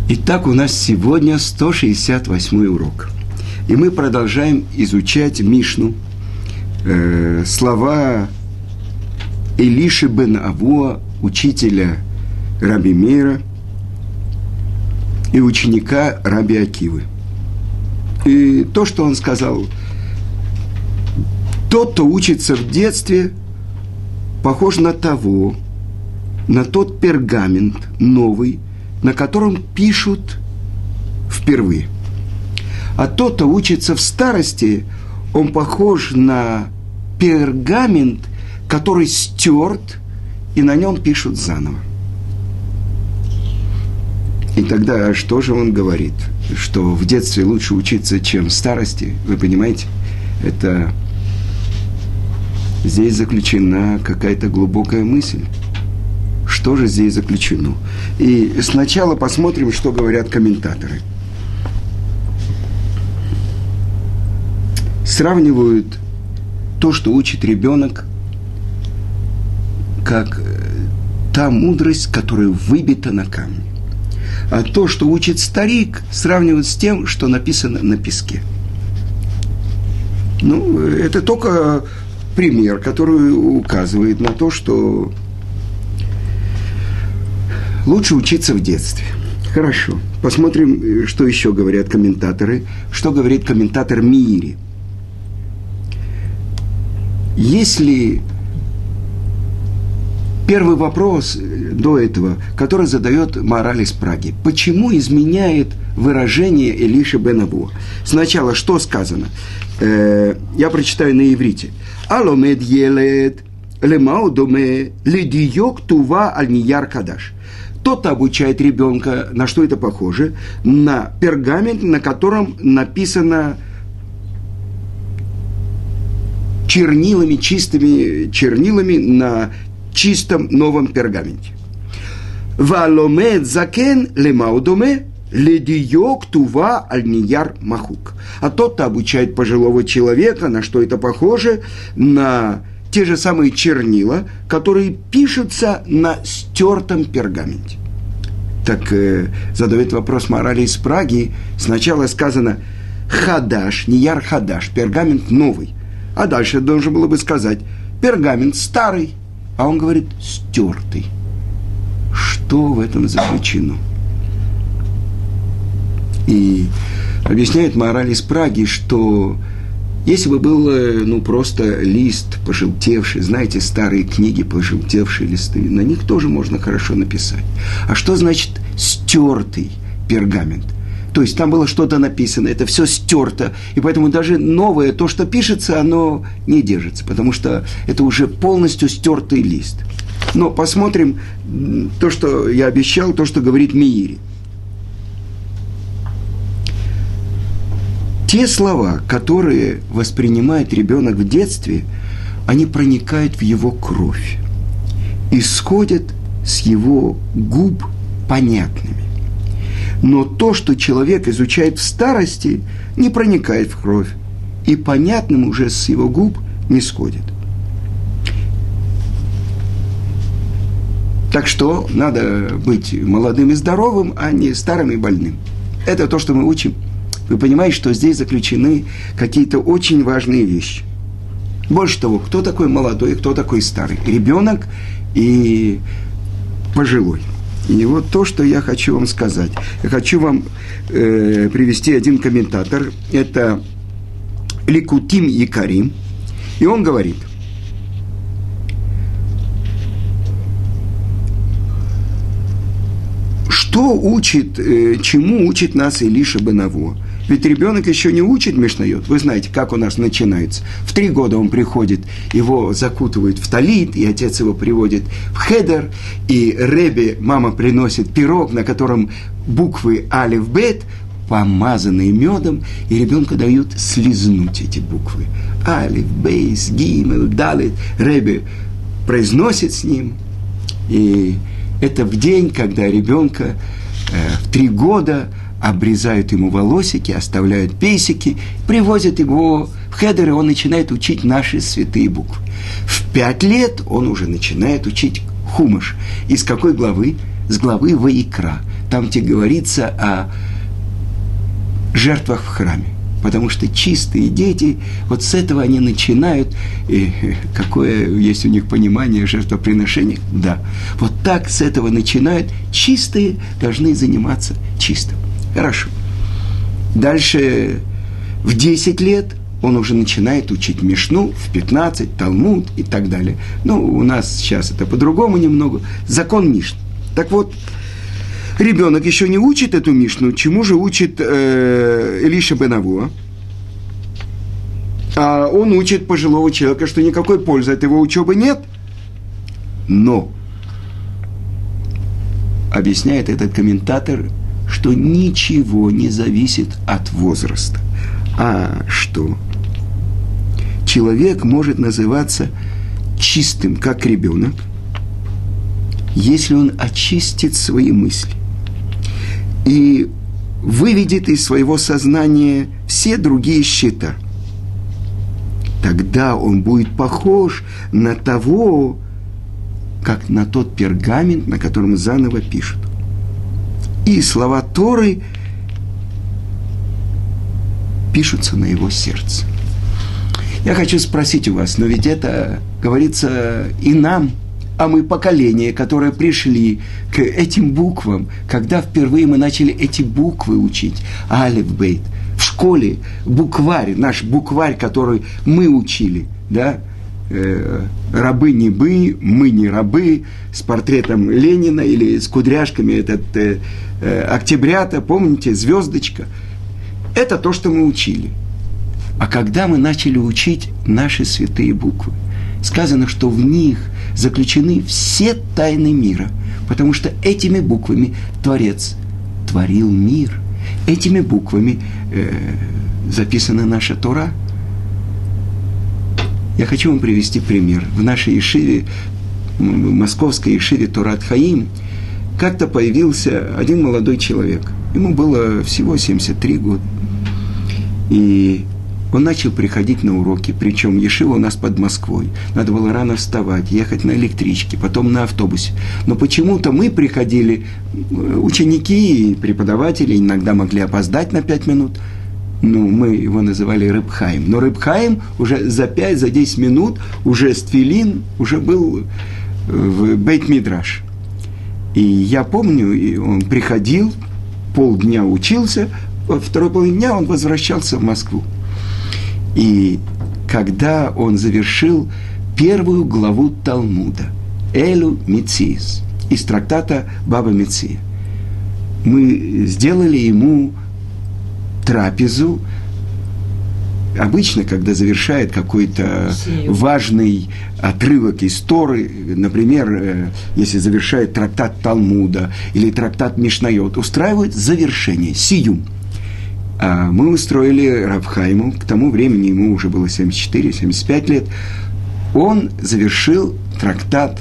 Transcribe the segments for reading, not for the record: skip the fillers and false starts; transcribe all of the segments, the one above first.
Итак, у нас сегодня 168 урок. И мы продолжаем изучать Мишну, слова Элиши бен Авуа, учителя Раби Меира и ученика Раби Акивы. И то, что он сказал: тот, кто учится в детстве, похож на тот пергамент новый, на котором пишут впервые. А тот, кто учится в старости, он похож на пергамент, который стерт, и на нем пишут заново. И тогда что же он говорит? Что в детстве лучше учиться, чем в старости? Вы понимаете? Это здесь заключена какая-то глубокая мысль. Что же здесь заключено? И сначала посмотрим, что говорят комментаторы. Сравнивают то, что учит ребенок, как та мудрость, которая выбита на камне. А то, что учит старик, сравнивают с тем, что написано на песке. Ну, это только пример, который указывает на то, что лучше учиться в детстве. Хорошо. Посмотрим, что еще говорят комментаторы. Что говорит комментатор Миири. Если первый вопрос до этого, который задает Маораль из Праги. Почему изменяет выражение Элиши бен Авуа? Сначала что сказано? Я прочитаю на иврите. Аломед елет лемау доме ледиёк тува аль нияр кадаш. Тот обучает ребенка, на что это похоже? На пергамент, на котором написано чернилами, чистыми чернилами на чистом новом пергаменте. Валомед закен лемаудоме ледиёк тува аль нияр махук. А тот, кто обучает пожилого человека, на что это похоже? На те же самые чернила, которые пишутся на стертом пергаменте. Так задает вопрос Маораль из Праги. Сначала сказано хадаш, нияр хадаш, пергамент новый. А дальше должен было бы сказать пергамент старый. А он говорит стертый. Что в этом заключено? И объясняет Маораль из Праги, что если бы был просто лист пожелтевший, знаете, старые книги, пожелтевшие листы, на них тоже можно хорошо написать. А что значит стертый пергамент? То есть там было что-то написано, это все стерто, и поэтому даже новое, то, что пишется, оно не держится, потому что это уже полностью стертый лист. Но посмотрим то, что я обещал, то, что говорит Миири. Те слова, которые воспринимает ребенок в детстве, они проникают в его кровь, исходят с его губ понятными. Но то, что человек изучает в старости, не проникает в кровь, и понятным уже с его губ не сходит. Так что надо быть молодым и здоровым, а не старым и больным. Это то, что мы учим. Вы понимаете, что здесь заключены какие-то очень важные вещи. Больше того, кто такой молодой и кто такой старый? Ребенок и пожилой. И вот то, что я хочу вам сказать. Я хочу вам привести один комментатор. Это Ликутим Якарим. И он говорит: что учит, чему учит нас Элиша бен Авуа? Ведь ребенок еще не учит Мишнайот. Вы знаете, как у нас начинается. В 3 года он приходит, его закутывают в талит, и отец его приводит в хедер, и Ребе, мама приносит пирог, на котором буквы алеф, бет, помазанные медом, и ребенку дают слизнуть эти буквы. Алеф, бейс, гимел, далит. Ребе произносит с ним, и это в день, когда ребенка в 3 года обрезают ему волосики, оставляют пейсики, привозят его в хедер, и он начинает учить наши святые буквы. В 5 лет он уже начинает учить хумаш. Из какой главы? С главы Ваикра. там, где говорится о жертвах в храме. Потому что чистые дети, вот с этого они начинают, и какое есть у них понимание жертвоприношения, да. Вот так с этого начинают, чистые должны заниматься чистым. Хорошо. Дальше в 10 лет он уже начинает учить Мишну, в 15 Талмуд и так далее. Ну, у нас сейчас это по-другому немного. Закон Мишны. Так вот, ребенок еще не учит эту Мишну, чему же учит Элиша бен Авуа? А он учит пожилого человека, что никакой пользы от его учебы нет. Но объясняет этот комментатор, что ничего не зависит от возраста. А что? Человек может называться чистым, как ребенок, если он очистит свои мысли и выведет из своего сознания все другие счета. Тогда он будет похож на того, как на тот пергамент, на котором заново пишут. И слова Торы пишутся на его сердце. Я хочу спросить у вас, но ведь это говорится и нам, а мы поколение, которые пришли к этим буквам, когда впервые мы начали эти буквы учить, алеф, бейт, в школе букварь, наш букварь, который мы учили, да, рабы не бы, мы не рабы, с портретом Ленина или с кудряшками этот октябрята, помните, звездочка. Это то, что мы учили. А когда мы начали учить наши святые буквы, сказано, что в них заключены все тайны мира, потому что этими буквами Творец творил мир. Этими буквами записана наша Тора. Я хочу вам привести пример. В нашей ешиве, московской ешиве Торат Хаим, как-то появился один молодой человек. Ему было всего 73 года. И он начал приходить на уроки, причем ешива у нас под Москвой. Надо было рано вставать, ехать на электричке, потом на автобусе. Но почему-то мы приходили, ученики и преподаватели иногда могли опоздать на 5 минут. Ну, мы его называли Реб Хаим. Но Реб Хаим уже за 5-10 минут, уже с тфилин, уже был в Бейт-Мидраш. И я помню, он приходил, полдня учился, во второй половине дня он возвращался в Москву. И когда он завершил первую главу Талмуда, Элю Мициис, из трактата Баба Меция, мы сделали ему трапезу. Обычно, когда завершает какой-то важный отрывок из Торы, например, если завершает трактат Талмуда или трактат Мишнайот, устраивают завершение, сиюм. А мы устроили Рав Хайму, к тому времени ему уже было 74-75 лет, он завершил трактат,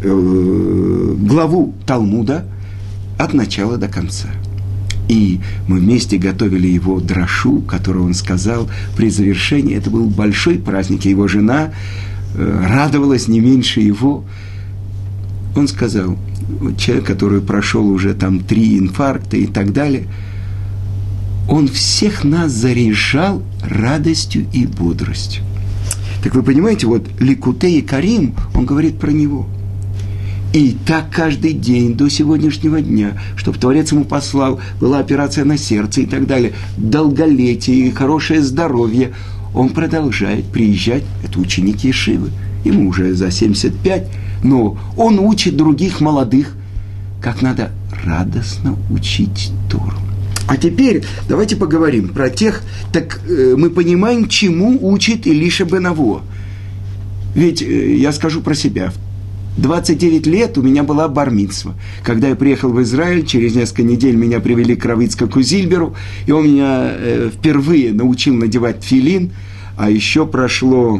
главу Талмуда от начала до конца. И мы вместе готовили его драшу, которую он сказал при завершении. Это был большой праздник, и его жена радовалась не меньше его. Он сказал, человек, который прошел уже там 3 инфаркта и так далее, он всех нас заряжал радостью и бодростью. Так вы понимаете, вот Ликутей Карим, он говорит про него. И так каждый день до сегодняшнего дня, чтобы Творец ему послал, была операция на сердце и так далее, долголетие и хорошее здоровье, он продолжает приезжать, это ученик ешивы, ему уже за 75, но он учит других молодых, как надо радостно учить Тору. А теперь давайте поговорим про тех, так мы понимаем, чему учит Элиша бен Авуа. Ведь я скажу про себя. 29 лет у меня была бар-мицва. Когда я приехал в Израиль, через несколько недель меня привели к Рав Ицхаку Зильберу, и он меня впервые научил надевать тфилин, а еще прошло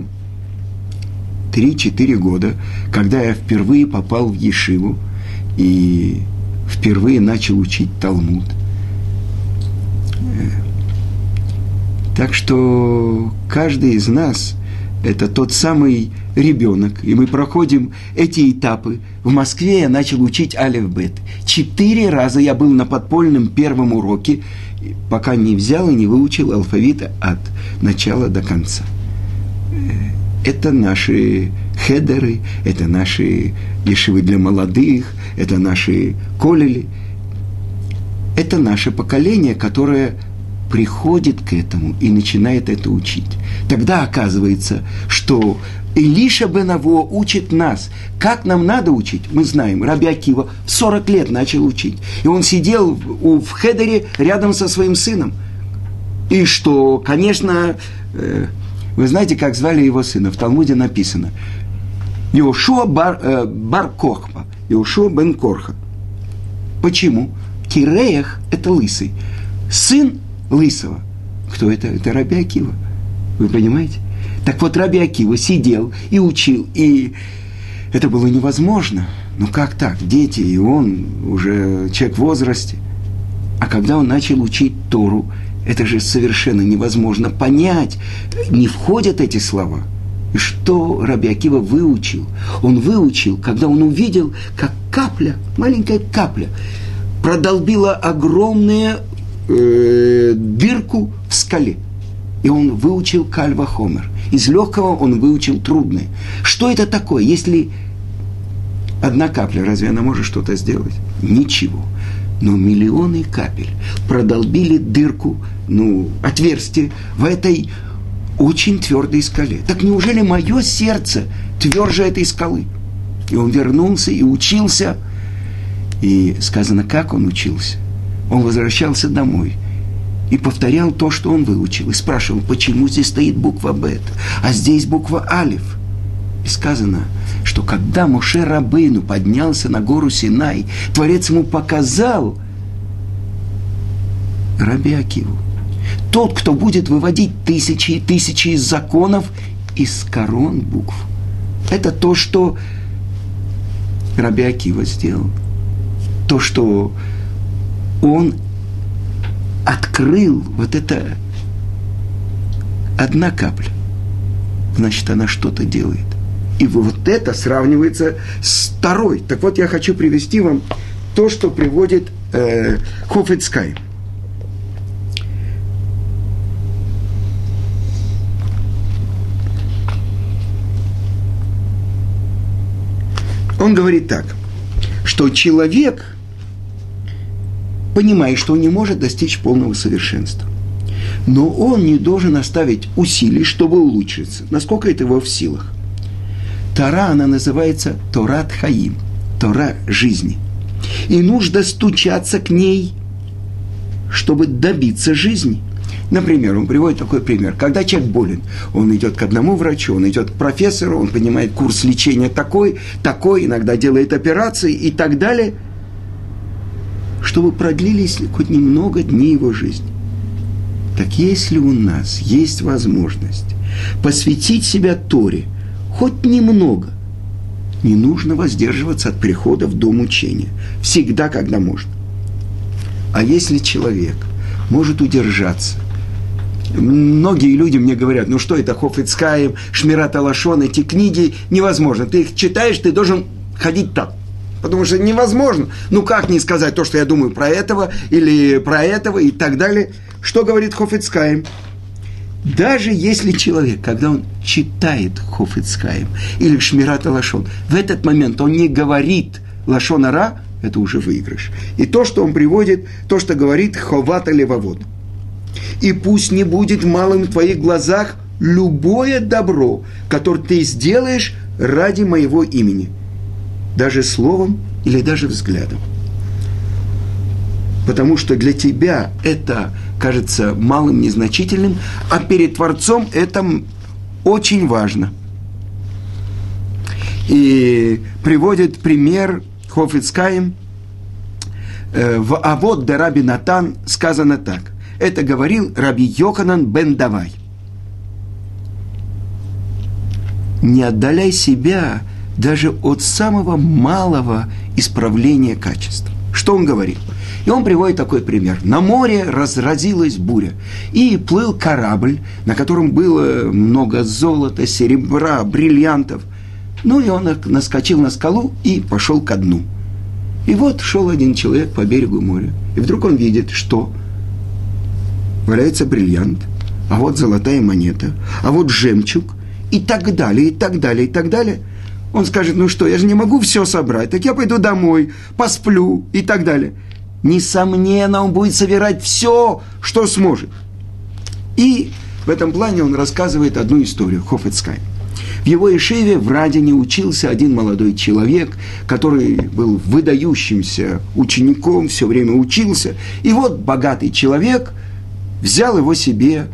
3-4 года, когда я впервые попал в ешиву и впервые начал учить Талмуд. Так что каждый из нас – это тот самый ребенок, и мы проходим эти этапы. В Москве я начал учить алеф-бет. 4 раза я был на подпольном первом уроке, пока не взял и не выучил алфавит от начала до конца. Это наши хедеры, это наши ешивы для молодых, это наши колели. Это наше поколение, которое приходит к этому и начинает это учить. Тогда оказывается, что Илиша бен Аво учит нас. Как нам надо учить? Мы знаем, Раби Акива в 40 лет начал учить. И он сидел в хедере рядом со своим сыном. И что, конечно, вы знаете, как звали его сына? В Талмуде написано. Йошуа бар Корха. Йошуа бен Корха. Почему? Киреях – это лысый. Сын лысого. Кто это? Это Раби Акива. Вы понимаете? Так вот, Раби Акива сидел и учил, и это было невозможно. Ну как так? Дети, и он уже человек в возрасте. А когда он начал учить Тору, это же совершенно невозможно понять. Не входят эти слова. И что Раби Акива выучил? Он выучил, когда он увидел, как капля, маленькая капля, продолбила огромную дырку в скале. И он выучил каль вахомер. Из легкого он выучил трудное. Что это такое? Если одна капля, разве она может что-то сделать? Ничего. Но миллионы капель продолбили дырку, отверстие в этой очень твердой скале. Так неужели мое сердце тверже этой скалы? И он вернулся и учился. И сказано, как он учился. Он возвращался домой и повторял то, что он выучил. И спрашивал, почему здесь стоит буква Бет, а здесь буква Алиф. И сказано, что когда Моше Рабейну поднялся на гору Синай, Творец ему показал Раби Акиву. Тот, кто будет выводить тысячи и тысячи из законов из корон букв. Это то, что Раби Акива сделал. То, что он открыл, вот это одна капля, значит, она что-то делает. И вот это сравнивается с второй. Так вот, я хочу привести вам то, что приводит Хафец Хаим. Он говорит так, что человек понимает, что он не может достичь полного совершенства. Но он не должен оставить усилий, чтобы улучшиться, насколько это его в силах. Тора, она называется Торат Хаим, Тора жизни. И нужно стучаться к ней, чтобы добиться жизни. Например, он приводит такой пример. Когда человек болен, он идет к одному врачу, он идет к профессору, он понимает курс лечения такой, иногда делает операции и так далее, чтобы продлились хоть немного дней его жизни. Так если у нас есть возможность посвятить себя Торе хоть немного, не нужно воздерживаться от прихода в дом учения. Всегда, когда можно. А если человек может удержаться, многие люди мне говорят, что это Хафец Хаим, Шмират ха-Лашон, эти книги невозможно. Ты их читаешь, ты должен ходить так. Потому что невозможно. Как не сказать то, что я думаю про этого, или про этого, и так далее. Что говорит Хафец Хаим? Даже если человек, когда он читает Хафец Хаим или Шмират ха-Лашон, в этот момент он не говорит лашон ара, это уже выигрыш. И то, что он приводит, то, что говорит Ховат левавод. И пусть не будет малым в твоих глазах любое добро, которое ты сделаешь ради моего имени. Даже словом или даже взглядом. Потому что для тебя это кажется малым, незначительным, а перед Творцом это очень важно. И приводит пример Хафец Хаим. В Авот де Раби Натан сказано так. Это говорил Раби Йоханан бен Давай. Не отдаляй себя даже от самого малого исправления качеств. Что он говорил? И он приводит такой пример. На море разразилась буря, и плыл корабль, на котором было много золота, серебра, бриллиантов. Ну, и он наскочил на скалу и пошел ко дну. И вот шел один человек по берегу моря, и вдруг он видит, что валяется бриллиант, а вот золотая монета, а вот жемчуг, и так далее, и так далее, и так далее. Он скажет, ну что, я же не могу все собрать, так я пойду домой, посплю и так далее. Несомненно, он будет собирать все, что сможет. И в этом плане он рассказывает одну историю, Хафец Хаим. В его ешиве в Радине учился один молодой человек, который был выдающимся учеником, все время учился. И вот богатый человек взял его себе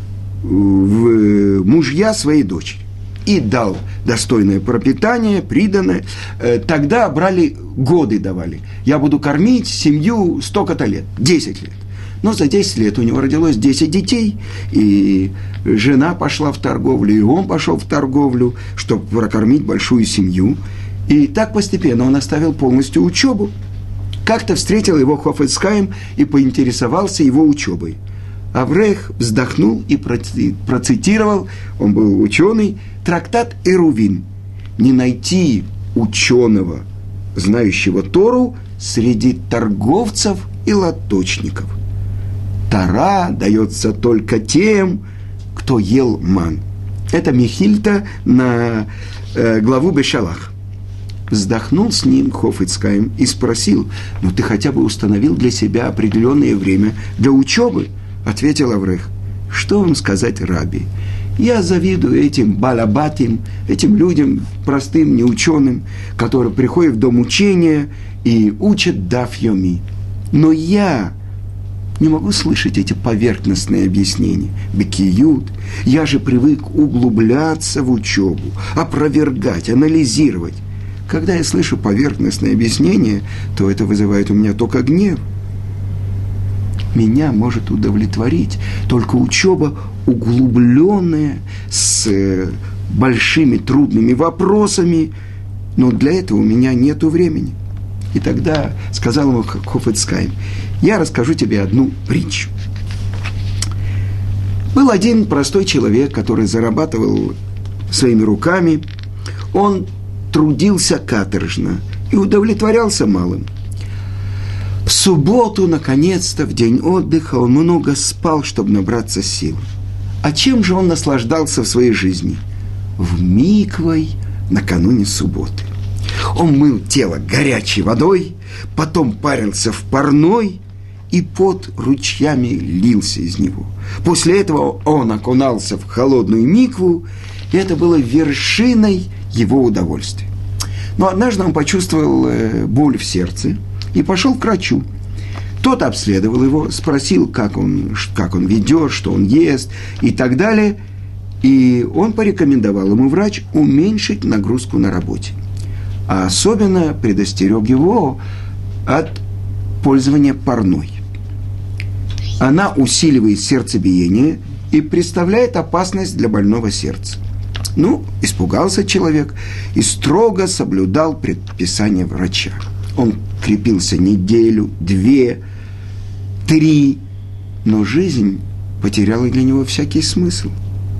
в мужья своей дочери и дал достойное пропитание, приданое. Тогда брали, годы давали. Я буду кормить семью столько-то лет, 10 лет. Но за 10 лет у него родилось 10 детей, и жена пошла в торговлю, и он пошел в торговлю, чтобы прокормить большую семью. И так постепенно он оставил полностью учебу. Как-то встретил его Хафец Хаим и поинтересовался его учебой. Аврех вздохнул и процитировал, он был ученый, трактат Эрувин. Не найти ученого, знающего Тору, среди торговцев и лоточников. Тора дается только тем, кто ел ман. Это Мехильта на главу Бешалах. Вздохнул с ним Хафец Хаим и спросил, ну ты хотя бы установил для себя определенное время для учебы? Ответил Аврех, что вам сказать, раби? Я завидую этим балабатим, этим людям, простым, неученым, которые приходят в дом учения и учат даф йоми. Но я не могу слышать эти поверхностные объяснения. Бекиют. Я же привык углубляться в учебу, опровергать, анализировать. Когда я слышу поверхностные объяснения, то это вызывает у меня только гнев. Меня может удовлетворить только учеба углубленная, с большими трудными вопросами, но для этого у меня нет времени. И тогда сказал ему Хафец Хаим, я расскажу тебе одну притчу. Был один простой человек, который зарабатывал своими руками, он трудился каторжно и удовлетворялся малым. В субботу, наконец-то, в день отдыха, он много спал, чтобы набраться сил. А чем же он наслаждался в своей жизни? В миквой накануне субботы. Он мыл тело горячей водой, потом парился в парной, и пот ручьями лился из него. После этого он окунался в холодную микву, и это было вершиной его удовольствия. Но однажды он почувствовал боль в сердце и пошел к врачу. Тот обследовал его, спросил, как он ведет, что он ест и так далее. И он порекомендовал ему, врач, уменьшить нагрузку на работе. А особенно предостерег его от пользования парной. Она усиливает сердцебиение и представляет опасность для больного сердца. Ну, испугался человек и строго соблюдал предписания врача. Он крепился неделю, 2, 3, но жизнь потеряла для него всякий смысл.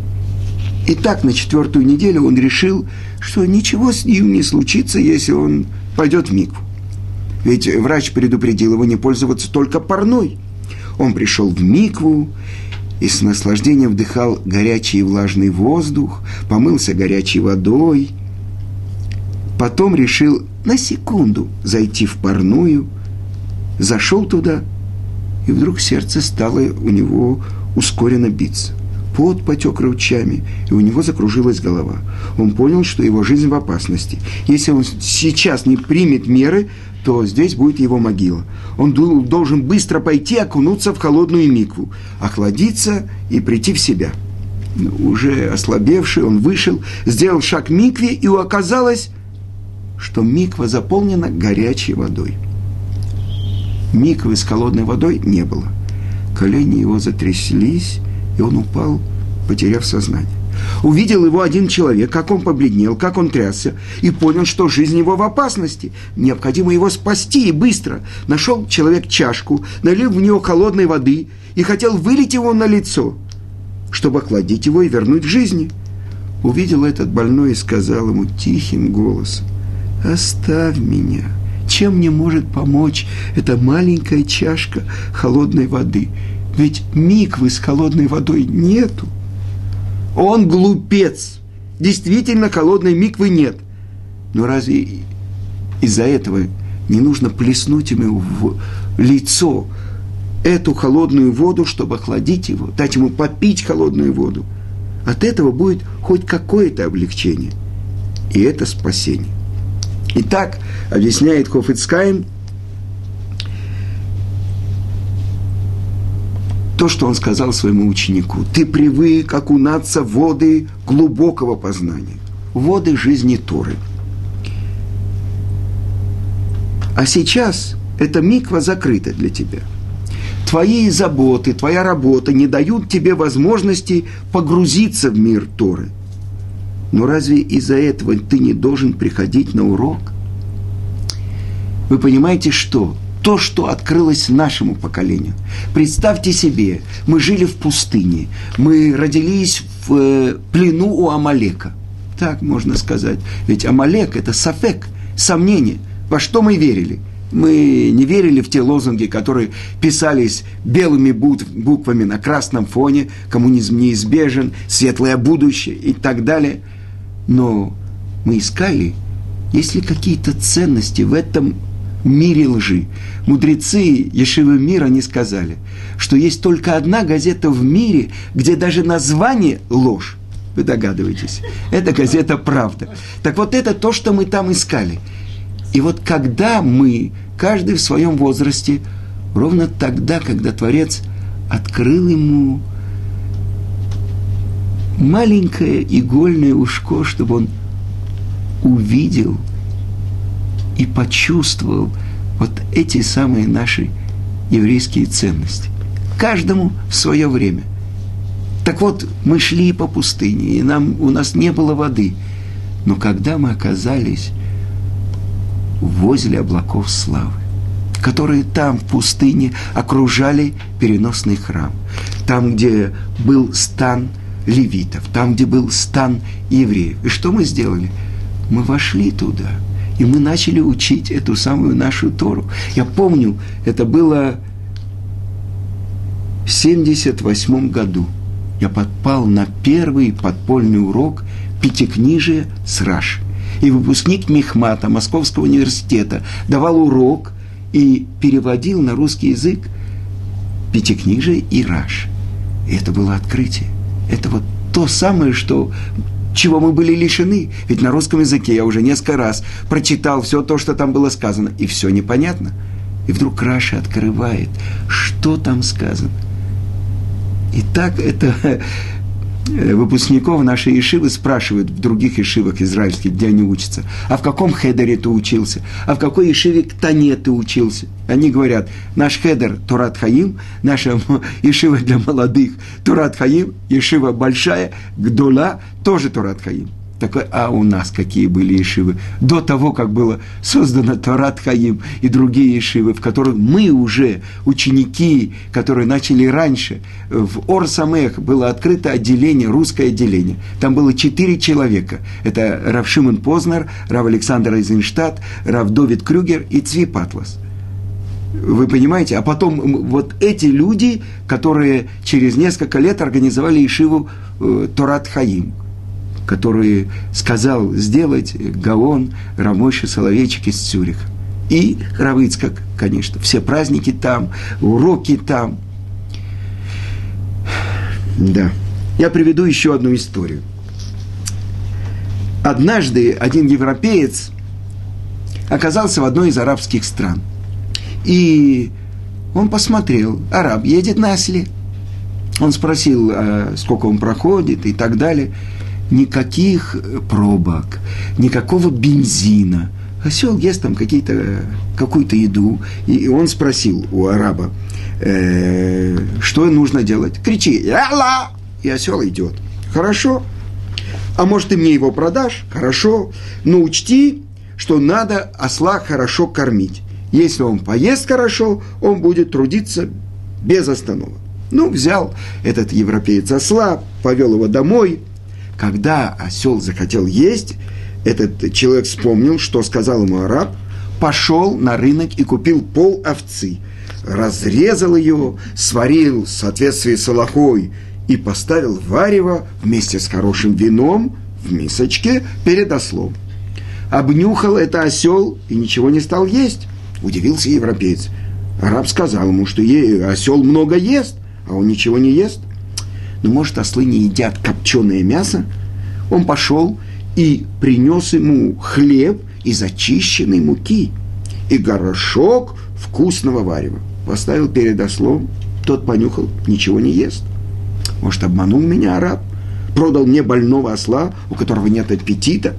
И так на 4-ю неделю он решил, что ничего с ним не случится, если он пойдет в микву. Ведь врач предупредил его не пользоваться только парной. Он пришел в микву и с наслаждением вдыхал горячий и влажный воздух, помылся горячей водой. Потом решил на секунду зайти в парную, зашел туда, и вдруг сердце стало у него ускоренно биться. Пот потек ручьями, и у него закружилась голова. Он понял, что его жизнь в опасности. Если он сейчас не примет меры, то здесь будет его могила. Он должен быстро пойти окунуться в холодную микву, охладиться и прийти в себя. Уже ослабевший, он вышел, сделал шаг к микве, и оказалось, что миква заполнена горячей водой. Миквы с холодной водой не было. Колени его затряслись, и он упал, потеряв сознание. Увидел его один человек, как он побледнел, как он трясся, и понял, что жизнь его в опасности. Необходимо его спасти, и быстро. Нашел человек чашку, налил в нее холодной воды и хотел вылить его на лицо, чтобы охладить его и вернуть к жизни. Увидел этот больной и сказал ему тихим голосом: «Оставь меня. Чем мне может помочь эта маленькая чашка холодной воды? Ведь миквы с холодной водой нету». Он глупец. Действительно, холодной миквы нет. Но разве из-за этого не нужно плеснуть ему в лицо эту холодную воду, чтобы охладить его, дать ему попить холодную воду? От этого будет хоть какое-то облегчение. И это спасение. Итак, объясняет Хафец Хаим, то, что он сказал своему ученику: ты привык окунаться в воды глубокого познания, воды жизни Торы. А сейчас эта миква закрыта для тебя. Твои заботы, твоя работа не дают тебе возможности погрузиться в мир Торы. Но разве из-за этого ты не должен приходить на урок? Вы понимаете, что? То, что открылось нашему поколению. Представьте себе, мы жили в пустыне, мы родились в плену у Амалека. Так можно сказать. Ведь Амалек – это сафек, сомнение. Во что мы верили? Мы не верили в те лозунги, которые писались белыми буквами на красном фоне: коммунизм неизбежен, светлое будущее и так далее. Но мы искали, есть ли какие-то ценности в этом мире лжи. Мудрецы Ешивы мира не сказали, что есть только одна газета в мире, где даже название ложь. Вы догадываетесь, это газета «Правда». Так вот, это то, что мы там искали. И вот когда мы, каждый в своем возрасте, ровно тогда, когда Творец открыл ему маленькое игольное ушко, чтобы он увидел и почувствовал вот эти самые наши еврейские ценности. Каждому в свое время. Так вот, мы шли по пустыне, и у нас не было воды. Но когда мы оказались возле облаков славы, которые там, в пустыне, окружали переносный храм, там, где был стан левитов, там, где был стан евреев. И что мы сделали? Мы вошли туда, и мы начали учить эту самую нашу Тору. Я помню, это было в 1978 году. Я попал на первый подпольный урок пятикнижия с Раши. И выпускник Мехмата Московского университета давал урок и переводил на русский язык пятикнижие и Раши. И это было открытие. Это вот то самое, чего мы были лишены. Ведь на русском языке я уже несколько раз прочитал все то, что там было сказано, и все непонятно. И вдруг Раши открывает, что там сказано. И так это выпускников нашей ешивы спрашивают в других ешивах израильских, где они учатся: а в каком хедере ты учился? А в какой ешиве Ктане ты учился? Они говорят: наш хедер Торат Хаим, наша ешива для молодых Торат Хаим, ешива большая, Гдола, тоже Торат Хаим. Такой, а у нас какие были ешивы до того, как было создано Торат Хаим и другие ешивы, в которых мы уже, ученики, которые начали раньше, в Ор-Самех было открыто отделение, русское отделение. Там было 4 человека. Это Рав Шимон Познер, Рав Александр Эйзенштадт, Рав Довид Крюгер и Цви Патлас. Вы понимаете? А потом вот эти люди, которые через несколько лет организовали ешиву Торат Хаим, который сказал сделать Гаон Рав Мойше Соловейчик из Цюриха. И Рав Ицхак, конечно. Все праздники там, уроки там. Да. Я приведу еще одну историю. Однажды один европеец оказался в одной из арабских стран. И он посмотрел, араб едет на осле. Он спросил, сколько он проходит и так далее. Никаких пробок, никакого бензина. Осел ест там какую-то еду. И он спросил у араба, что нужно делать. Кричи: «Ялла!» И осел идет. Хорошо. А может, ты мне его продашь? Хорошо. Но учти, что надо осла хорошо кормить. Если он поест хорошо, он будет трудиться без остановок. Взял этот европеец осла, повел его домой. Когда осел захотел есть, этот человек вспомнил, что сказал ему араб, пошел на рынок и купил пол овцы, разрезал ее, сварил в соответствии с алахой и поставил варево вместе с хорошим вином в мисочке перед ослом. Обнюхал это осел и ничего не стал есть. Удивился европеец. Араб сказал ему, что осел много ест, а он ничего не ест. Может, ослы не едят копченое мясо? Он пошел и принес ему хлеб из очищенной муки и горошок вкусного варева. Поставил перед ослом, тот понюхал, ничего не ест. Может, обманул меня араб? Продал мне больного осла, у которого нет аппетита?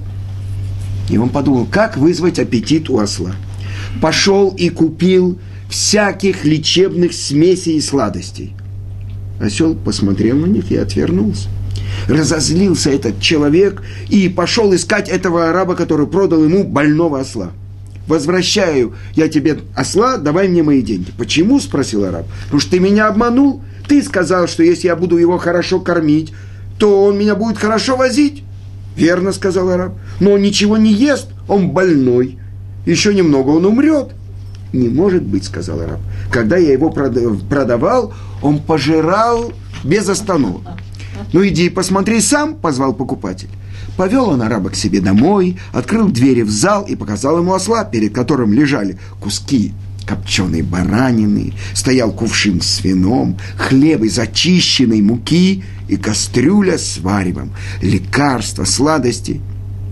И он подумал, как вызвать аппетит у осла. Пошел и купил всяких лечебных смесей и сладостей. Осел посмотрел на них и отвернулся. Разозлился этот человек и пошел искать этого араба, который продал ему больного осла. «Возвращаю я тебе осла, давай мне мои деньги». «Почему?» – спросил араб. «Потому что ты меня обманул. Ты сказал, что если я буду его хорошо кормить, то он меня будет хорошо возить». «Верно», – сказал араб. «Но он ничего не ест, он больной. Еще немного он умрет». «Не может быть», – сказал араб. «Когда я его продавал, он пожирал без остановок». «Иди посмотри сам», – позвал покупатель. Повел он араба к себе домой, открыл двери в зал и показал ему осла, перед которым лежали куски копченой баранины, стоял кувшин с вином, хлеб из очищенной муки и кастрюля с варевом, лекарства, сладости.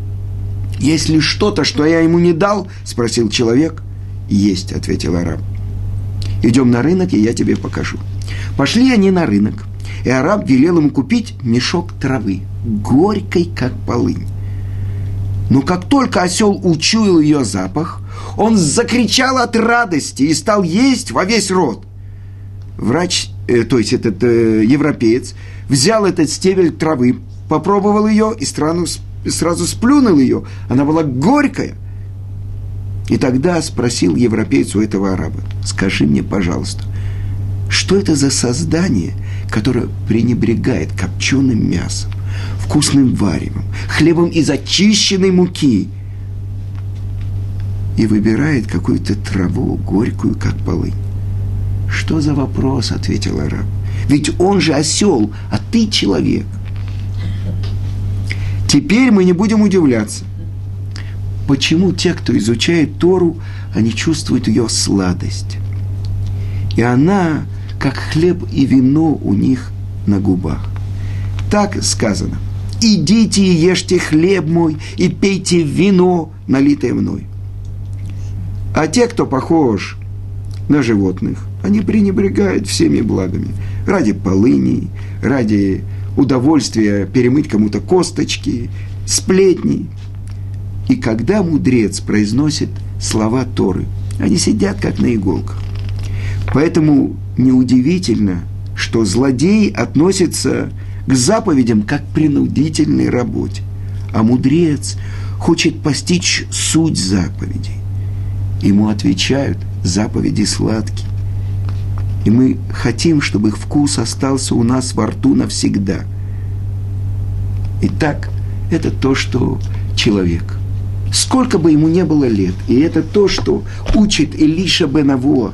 «Есть ли что-то, что я ему не дал?» – спросил человек. «Есть», – ответил араб. «Идем на рынок, и я тебе покажу». Пошли они на рынок, и араб велел ему купить мешок травы, горькой, как полынь. Но как только осел учуял ее запах, он закричал от радости и стал есть во весь рот. Врач, этот европеец, взял этот стебель травы, попробовал ее и сразу сплюнул ее. Она была горькая. И тогда спросил европеец у этого араба: «Скажи мне, пожалуйста, что это за создание, которое пренебрегает копченым мясом, вкусным варевом, хлебом из очищенной муки и выбирает какую-то траву, горькую, как полынь?» «Что за вопрос?» – ответил араб. «Ведь он же осел, а ты человек». Теперь мы не будем удивляться, почему те, кто изучает Тору, они чувствуют ее сладость. И она, как хлеб и вино у них на губах. Так сказано: «Идите и ешьте хлеб мой, и пейте вино, налитое мной». А те, кто похож на животных, они пренебрегают всеми благами. Ради полыни, ради удовольствия перемыть кому-то косточки, сплетни. И когда мудрец произносит слова Торы, они сидят как на иголках. Поэтому неудивительно, что злодей относится к заповедям как к принудительной работе, а мудрец хочет постичь суть заповедей. Ему отвечают: заповеди сладкие. И мы хотим, чтобы их вкус остался у нас во рту навсегда. Итак, это то, что человек, сколько бы ему ни было лет, и это то, что учит Элиша бен Авуа.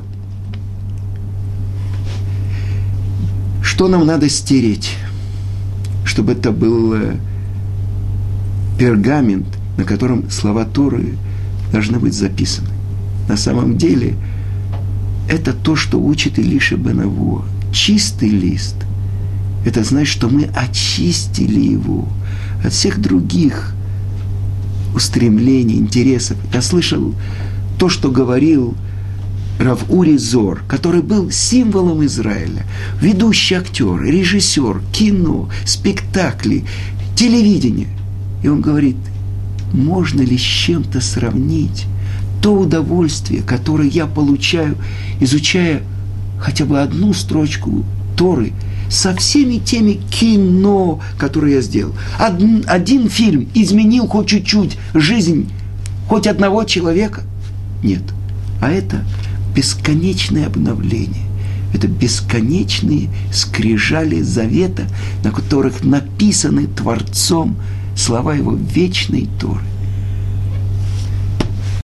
Что нам надо стереть, чтобы это был пергамент, на котором слова Торы должны быть записаны. На самом деле, это то, что учит Элиша бен Авуа. Чистый лист. Это значит, что мы очистили его от всех других устремлений, интересов. Я слышал то, что говорил Рав Ури Зор, который был символом Израиля, ведущий актер, режиссер, кино, спектакли, телевидение. И он говорит: можно ли с чем-то сравнить то удовольствие, которое я получаю, изучая хотя бы одну строчку Торы, со всеми теми кино, которые я сделал. Один фильм изменил хоть чуть-чуть жизнь хоть одного человека? Нет. А это бесконечное обновление. Это бесконечные скрижали завета, на которых написаны Творцом слова Его вечной Торы.